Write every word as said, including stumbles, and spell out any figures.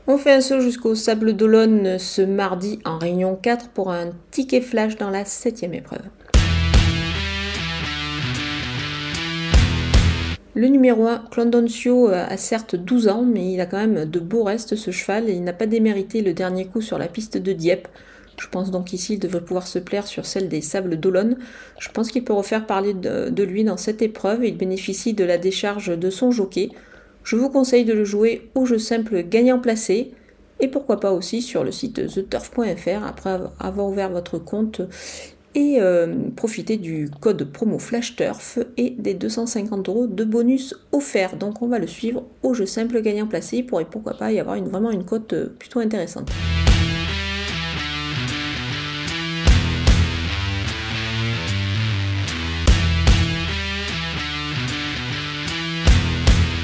On fait un saut jusqu'au Sable d'Olonne ce mardi en réunion quatre pour un ticket flash dans la septième épreuve. Le numéro un, Clondoncio, a certes douze ans, mais il a quand même de beaux restes ce cheval et il n'a pas démérité le dernier coup sur la piste de Dieppe. Je pense donc ici il devrait pouvoir se plaire sur celle des Sables d'Olonne. Je pense qu'il peut refaire parler de, de lui dans cette épreuve et il bénéficie de la décharge de son jockey. Je vous conseille de le jouer au jeu simple gagnant placé et pourquoi pas aussi sur le site the turf point f r après avoir ouvert votre compte et euh, profiter du code promo FlashTurf et des deux cent cinquante euros de bonus offerts. Donc on va le suivre au jeu simple gagnant placé pour et pourquoi pas y avoir une, vraiment une cote plutôt intéressante.